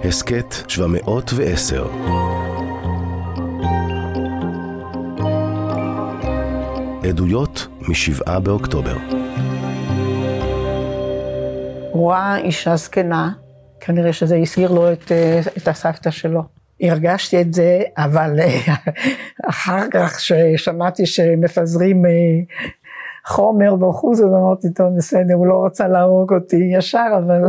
הסקט 710. עדויות מ7 באוקטובר. הוא ראה אישה זקנה, כנראה שזה הסגיר לו את הסבתא שלו. הרגשתי את זה, אבל אחר כך ששמעתי שמפזרים חומר בחוץ, אז אמרתי, טוב, בסדר, הוא לא רצה להרוג אותי ישר, אבל...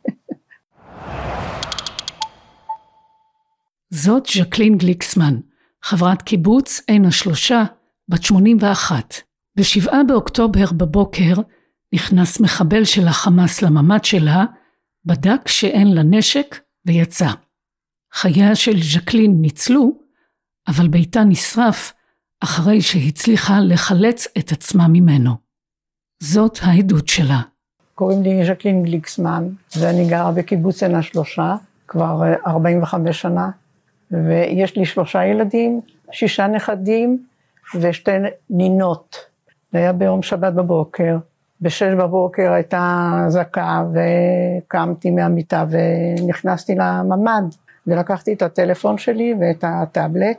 זאת ז'קלין גליקסמן, חברת קיבוץ עין השלושה, בת 81. ב7 באוקטובר בבוקר נכנס מחבל של החמאס לממד שלה, בדק שאין לה נשק ויצא. חייה של ז'קלין ניצלו, אבל ביתה נשרף אחרי שהצליחה לחלץ את עצמה ממנו. זאת העדות שלה. קוראים לי ז'קלין גליקסמן, ואני גרה בקיבוץ עין השלושה, כבר 45 שנה, ויש לי 3 ילדים, 6 נכדים ו2 נינות. זה היה ביום שבת בבוקר, ב6 בבוקר הייתה זקה וקמתי מהמיטה ונכנסתי לממד, ולקחתי את הטלפון שלי ואת הטאבלט,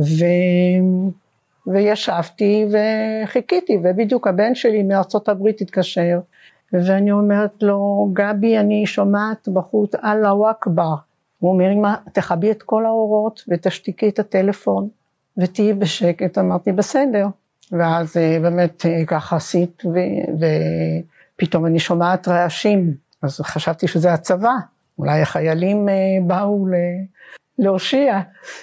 וישבתי וחיכיתי, ובדיוק הבן שלי מארצות הברית התקשר, ואני אומרת לו, גבי, אני שומעת בחוץ, אללהו אכבר. הוא אומר, אמא, תחבי את כל האורות ותשתיקי את הטלפון, ותהי בשקט. אמרתי, בסדר. ואז באמת ככה עשית, ופתאום אני שומעת רעשים, אז חשבתי שזה הצבא, אולי החיילים באו להושיע,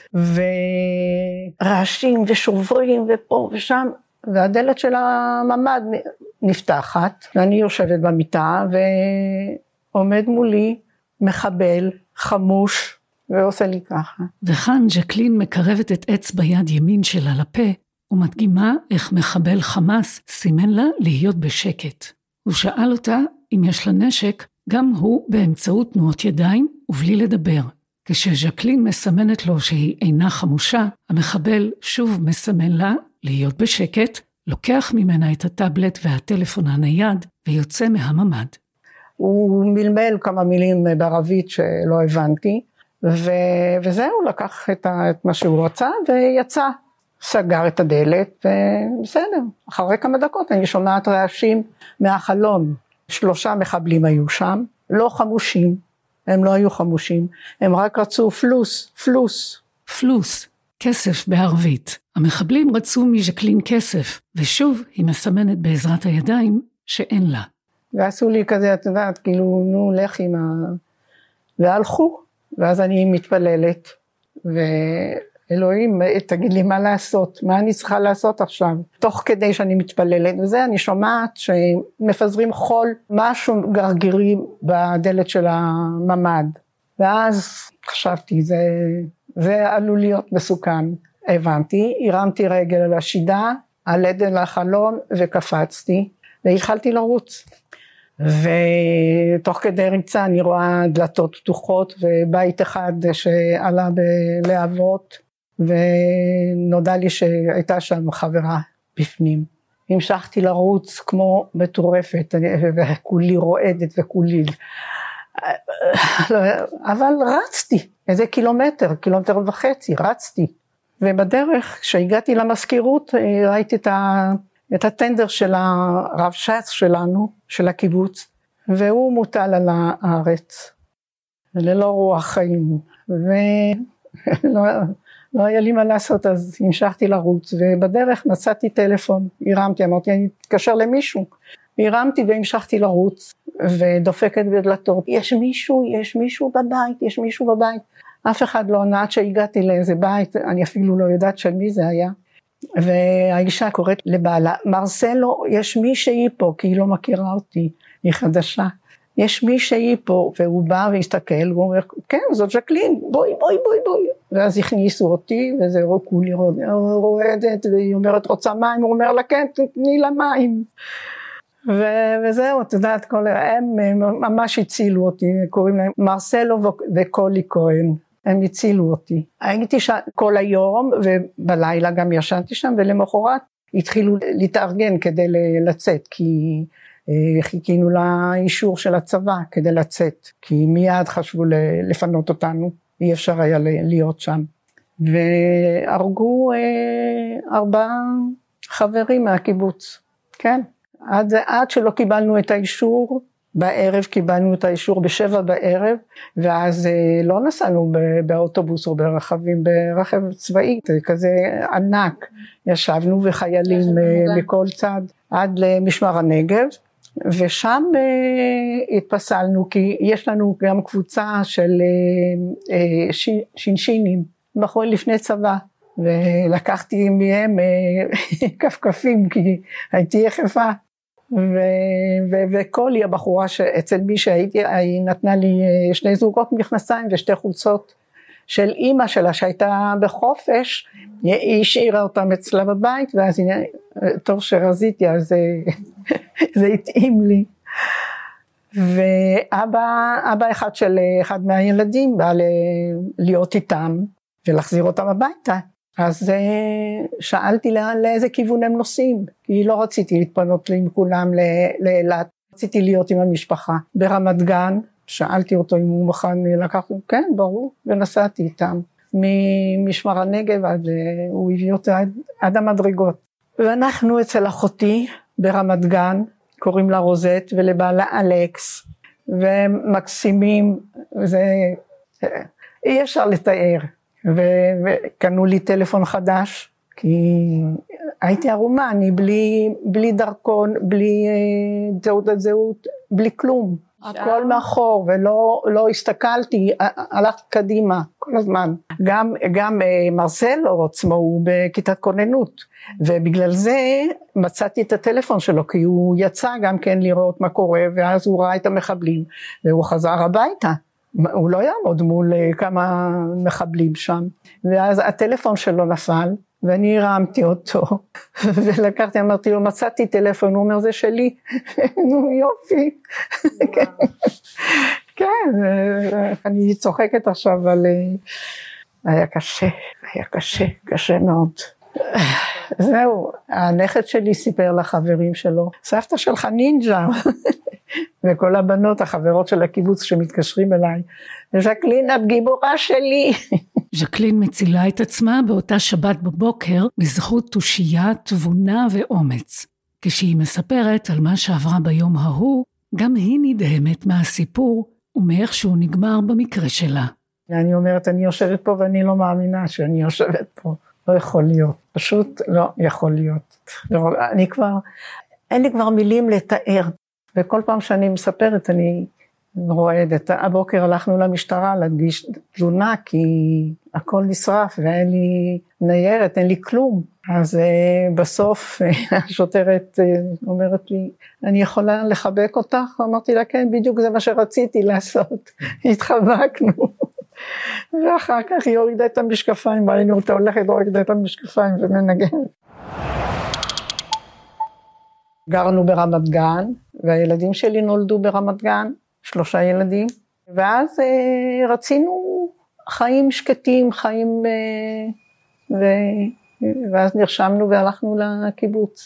ורעשים ושוברים ופה ושם, והדלת של הממד נפתחת, ואני יושבת במיטה, ועומד מולי מחבל חמוש, ועושה לי ככה. וכאן ז'קלין מקרבת את אצבע יד ימין שלה לפה, ומדגימה איך מחבל חמאס סימן לה להיות בשקט. הוא שאל אותה אם יש לה נשק, גם הוא באמצעות תנועות ידיים ובלי לדבר. כשז'קלין מסמנת לו שהיא אינה חמושה, המחבל שוב מסמן לה להיות בשקט, לוקח ממנה את הטאבלט והטלפון הנייד ויוצא מהממד. הוא מלמל כמה מילים בערבית שלא הבנתי, וזהו, לקח את מה שהוא רצה ויצא. סגר את הדלת, ובסדר. אחרי כמה דקות אני שומעת רעשים מהחלון. 3 מחבלים היו שם, לא חמושים, הם לא היו חמושים, הם רק רצו פלוס. פלוס, כסף בערבית. המחבלים רצו מז'קלין כסף, ושוב היא מסמנת בעזרת הידיים שאין לה. ועשו לי כזה, את יודעת, כאילו, נו, לך עם והלכו, ואז אני מתפללת, אלוהים, תגיד לי מה לעשות, מה אני צריכה לעשות עכשיו, תוך כדי שאני מתפללת, וזה אני שומעת שמפזרים חול, משהו גרגירי בדלת של הממד, ואז חשבתי, זה עלול להיות מסוכן, הבנתי, הרמתי רגל על השידה, על עדן לחלון וקפצתי, והתחלתי לרוץ, ותוך כדי ריצה אני רואה דלתות פתוחות, ובית אחד שעלה בלהבות, ונודע לי שהייתה שם חברה בפנים. המשכתי לרוץ כמו מטורפת, וכולי רועדת וכולי, אבל רצתי, איזה קילומטר וחצי, רצתי. ובדרך, כשהגעתי למזכירות, ראיתי את הטנדר של הרב שץ שלנו, של הקיבוץ, והוא מוטל על הארץ, ללא רוח חיים, לא היה לי מה לעשות, אז המשכתי לרוץ, ובדרך מצאתי טלפון, הרמתי, אמרתי, אני אתקשר למישהו, הרמתי והמשכתי לרוץ, ודופקת בדלתות, יש מישהו בבית, אף אחד לא עונה, עד שהגעתי לאיזה בית, אני אפילו לא יודעת של מי זה היה, והאישה קוראת לבעלה, מרסלו, יש מישהי פה, כי היא לא מכירה אותי, היא חדשה, יש מישהי פה, והוא בא והסתכל, והוא אומר, כן, זאת ז'קלין, בואי, ואז הכניסו אותי, וזה כולי רועדת, והיא אומרת, רוצה מים, הוא אומר לה, כן, תתני לה מים, וזהו, את יודעת, הם ממש הצילו אותי, קוראים להם מרסלו וקולי כהן, הם הצילו אותי. הייתי שם כל היום, ובלילה גם ישנתי שם, ולמחרת התחילו להתארגן כדי לצאת, כי חיכינו לאישור של הצבא כדי לצאת, כי מיד חשבו לפנות אותנו, אי אפשר היה להיות שם. והרגו 4 חברים מהקיבוץ, כן. עד שלא קיבלנו את האישור, בערב קיבלנו את האישור ב7 בערב, ואז לא נסענו באוטובוס או ברכב צבאי, כזה ענק, ישבנו וחיילים מכל צד, עד למשמר הנגב, ושם התפסלנו, כי יש לנו גם קבוצה של שינשינים, בחורים לפני צבא, ולקחתי מהם כפכפים, כי הייתי יחפה, וקולי הבחורה אצל מי שהייתי, היא נתנה לי 2 זוגות מכנסיים ו2 חולצות של אמא שלה שהייתה בחופש, היא השאירה אותם אצלה בבית, ואז טוב שרזיתי, אז זה התאים לי. ואבא אחד של אחד מהילדים בא להיות איתם ולהחזיר אותם הביתה, אז שאלתי לאיזה כיוון הם נוסעים, כי לא רציתי להתפנות עם כולם לאילת, רציתי להיות עם המשפחה. ברמת גן, שאלתי אותו אם הוא מוכן לקחת, כן ברור, ונסעתי איתם. ממשמר הנגב הוא הביא אותי עד המדרגות. ואנחנו אצל אחותי ברמת גן, קוראים לה רוזט, ולבעלה אלכס, והם מקסימים, אי אפשר לתאר. וקנו לי טלפון חדש, כי הייתי ערומה, אני בלי דרכון, בלי תעודת זהות, בלי כלום. הכל מאחור, ולא הסתכלתי, הלכתי קדימה כל הזמן. גם מרסלו עצמו הוא בכיתת כוננות, ובגלל זה מצאתי את הטלפון שלו, כי הוא יצא גם כן לראות מה קורה, ואז הוא ראה את המחבלים, והוא חזר הביתה. הוא לא יעמוד מול כמה מחבלים שם, ואז הטלפון שלו נפל, ואני הרמתי אותו, ולקחתי, אמרתי לו, מצאתי טלפון, הוא אומר, זה שלי, נו יופי, כן, אני צוחקת עכשיו, אבל היה קשה מאוד. זהו, הנכד שלי סיפר לחברים שלו, סבתא שלך נינג'ה, וכל הבנות, החברות של הקיבוץ שמתקשרים אליי, ז'קלין, את גיבורה שלי. ז'קלין מצילה את עצמה באותה שבת בבוקר, בזכות תושייה, תבונה ואומץ. כשהיא מספרת על מה שעברה ביום ההוא, גם היא נדהמת מהסיפור, ומאיך שהוא נגמר במקרה שלה. אני אומרת, אני יושבת פה ואני לא מאמינה שאני יושבת פה. לא יכול להיות, פשוט לא יכול להיות. אין לי כבר מילים לתאר. וכל פעם שאני מספרת אני רועדת. הבוקר הלכנו למשטרה להגיש תלונה, כי הכל נשרף ואין לי ניירת, אין לי כלום. אז בסוף השוטרת אומרת לי, אני יכולה לחבק אותך? אמרתי לה, כן, בדיוק זה מה שרציתי לעשות. התחבקנו. ואחר כך היא הורידה את המשקפיים, והיינו אותה הולכת הורידה את המשקפיים ומנגנת. גרנו ברמת גן, והילדים שלי נולדו ברמת גן, 3 ילדים, ואז רצינו חיים שקטים, ואז נרשמנו והלכנו לקיבוץ.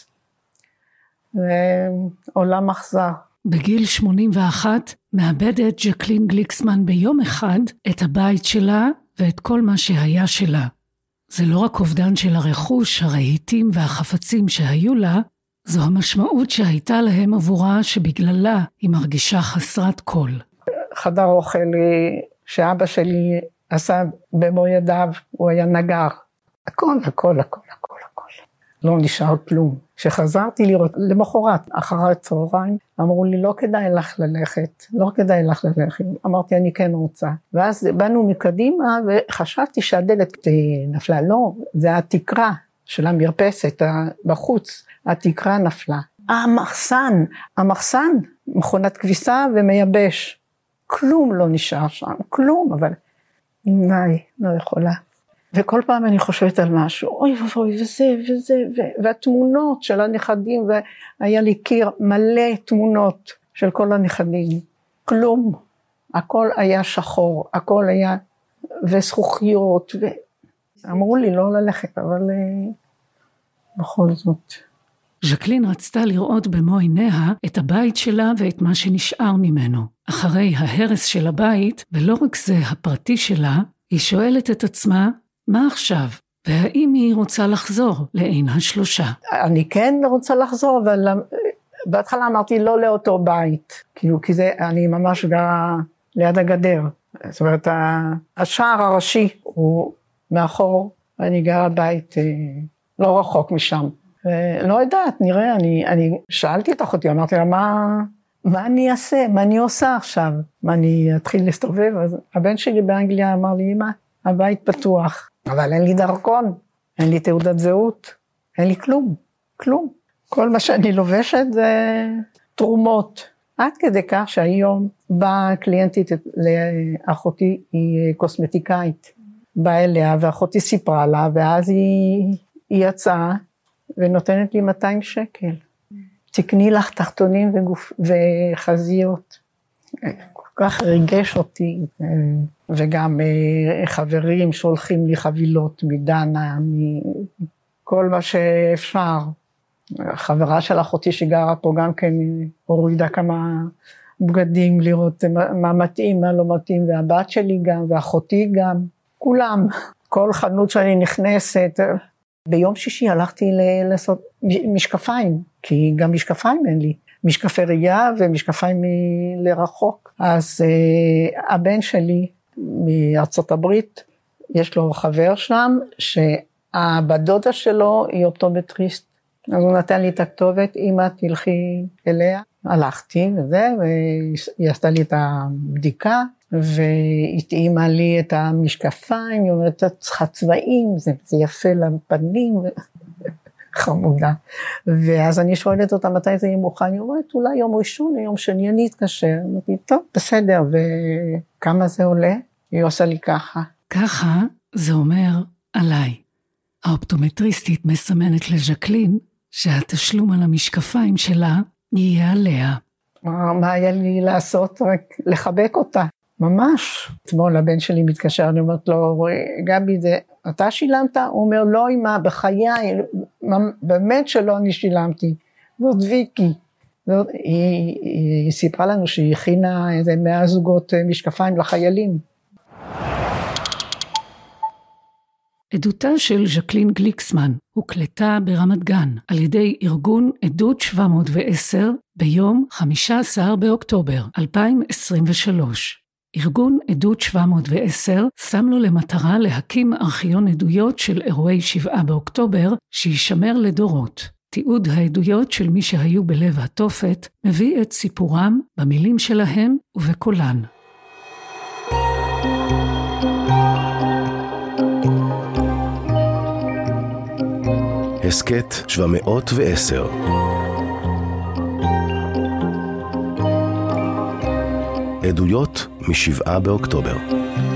ועולם אכזר. בגיל 81 מאבדת ז'קלין גליקסמן ביום אחד את הבית שלה ואת כל מה שהיה שלה. זה לא רק אובדן של הרכוש, הרהיטים והחפצים שהיו לה, זו המשמעות שהייתה להם עבורה שבגללה היא מרגישה חסרת כל. חדר אוכל שאבא שלי עשה במו ידיו, הוא היה נגר. הכל. לא נשאר כלום. כשחזרתי לראות, למחרת, אחרי הצהריים, אמרו לי, לא כדאי לך ללכת. אמרתי, אני כן רוצה. ואז באנו מקדימה, וחשבתי שהדלת נפלה. לא, זה התקרה של המרפסת בחוץ. התקרה נפלה. המחסן, מכונת כביסה ומייבש. כלום לא נשאר שם, כלום, אבל די, לא יכולה. וכל פעם אני חושבת על משהו, אוי ואוי, וזה, והתמונות של הנכדים, והיה לי קיר מלא תמונות של כל הנכדים, כלום, הכל היה שחור, הכל היה, וזכוכיות, אמרו לי לא ללכת, אבל בכל זאת, ז'קלין רצתה לראות במו עיניה את הבית שלה ואת מה שנשאר ממנו. אחרי ההרס של הבית, ולא רק זה הפרטי שלה, היא שואלת את עצמה, מה עכשיו? והאם היא רוצה לחזור לעין השלושה? אני כן רוצה לחזור, אבל בהתחלה אמרתי לא לאותו בית, כאילו, כי אני ממש גרה ליד הגדר. זאת אומרת, השער הראשי הוא מאחור, ואני גרה בית לא רחוק משם. לא יודעת, נראה, אני שאלתי את אחותי, אמרתי לה, מה אני אעשה? מה אני עושה עכשיו? מה אני אתחיל להסתובב? אז הבן שלי באנגליה אמר לי, אמא, הבית פתוח, אבל אין לי דרכון, אין לי תעודת זהות, אין לי כלום. כל מה שאני לובשת זה תרומות. עד כדי כך שהיום באה קליינטית לאחותי, היא קוסמטיקאית, באה אליה, ואחותי סיפרה לה, ואז היא יצאה, ונותנת לי 200 שקל. תקני לך תחתונים וחזיות. כל כך ריגש אותי, וגם חברים שולחים לי חבילות מדנה, מכל מה שאפשר. חברה של אחותי שגרה פה גם כן הורידה כמה בגדים לראות מה מתאים, מה לא מתאים, והבת שלי גם, ואחותי גם, כולם. כל חנות שאני נכנסת, ביום שישי הלכתי לעשות משקפיים, כי גם משקפיים אין לי, משקפי ראייה ומשקפיים לרחוק. אז הבן שלי מארצות הברית, יש לו חבר שם, שהבדודה שלו היא אופטומטריסט, אז הוא נתן לי את הכתובת, אמא תלכי אליה, הלכתי וזה, והיא עשתה לי את הבדיקה, והתאימה לי את המשקפיים, היא אומרת, את צריכה צבעים, זה יפה לפנים, חמודה. ואז אני שואלת אותה, מתי זה יהיה מוכן? היא אומרת, אולי יום ראשון, יום שני, אני אתקשר. אמרתי, טוב, בסדר, וכמה זה עולה? היא עושה לי ככה. ככה זה אומר עליי. האופטומטריסטית מסמנת לז'קלין, שהתשלום על המשקפיים שלה יהיה עליה. מה היה לי לעשות? רק לחבק אותה. ממש. אתמול הבן שלי מתקשר, אני אומרת לו, גבי, אתה שילמת? הוא אומר, לא אמא, בחיי, באמת שלא אני שילמתי. זאת ויקי. היא סיפרה לנו שהיא הכינה איזה 100 זוגות משקפיים לחיילים. עדותה של ז'קלין גליקסמן הוקלטה ברמת גן על ידי ארגון עדות 710 ביום 15 באוקטובר 2023. ארגון עדות 710 שם לו למטרה להקים ארכיון עדויות של אירועי 7 באוקטובר שישמר לדורות. תיעוד העדויות של מי שהיו בלב התופת מביא את סיפורם במילים שלהם ובקולן. הסקט 710. עדויות מ7 באוקטובר.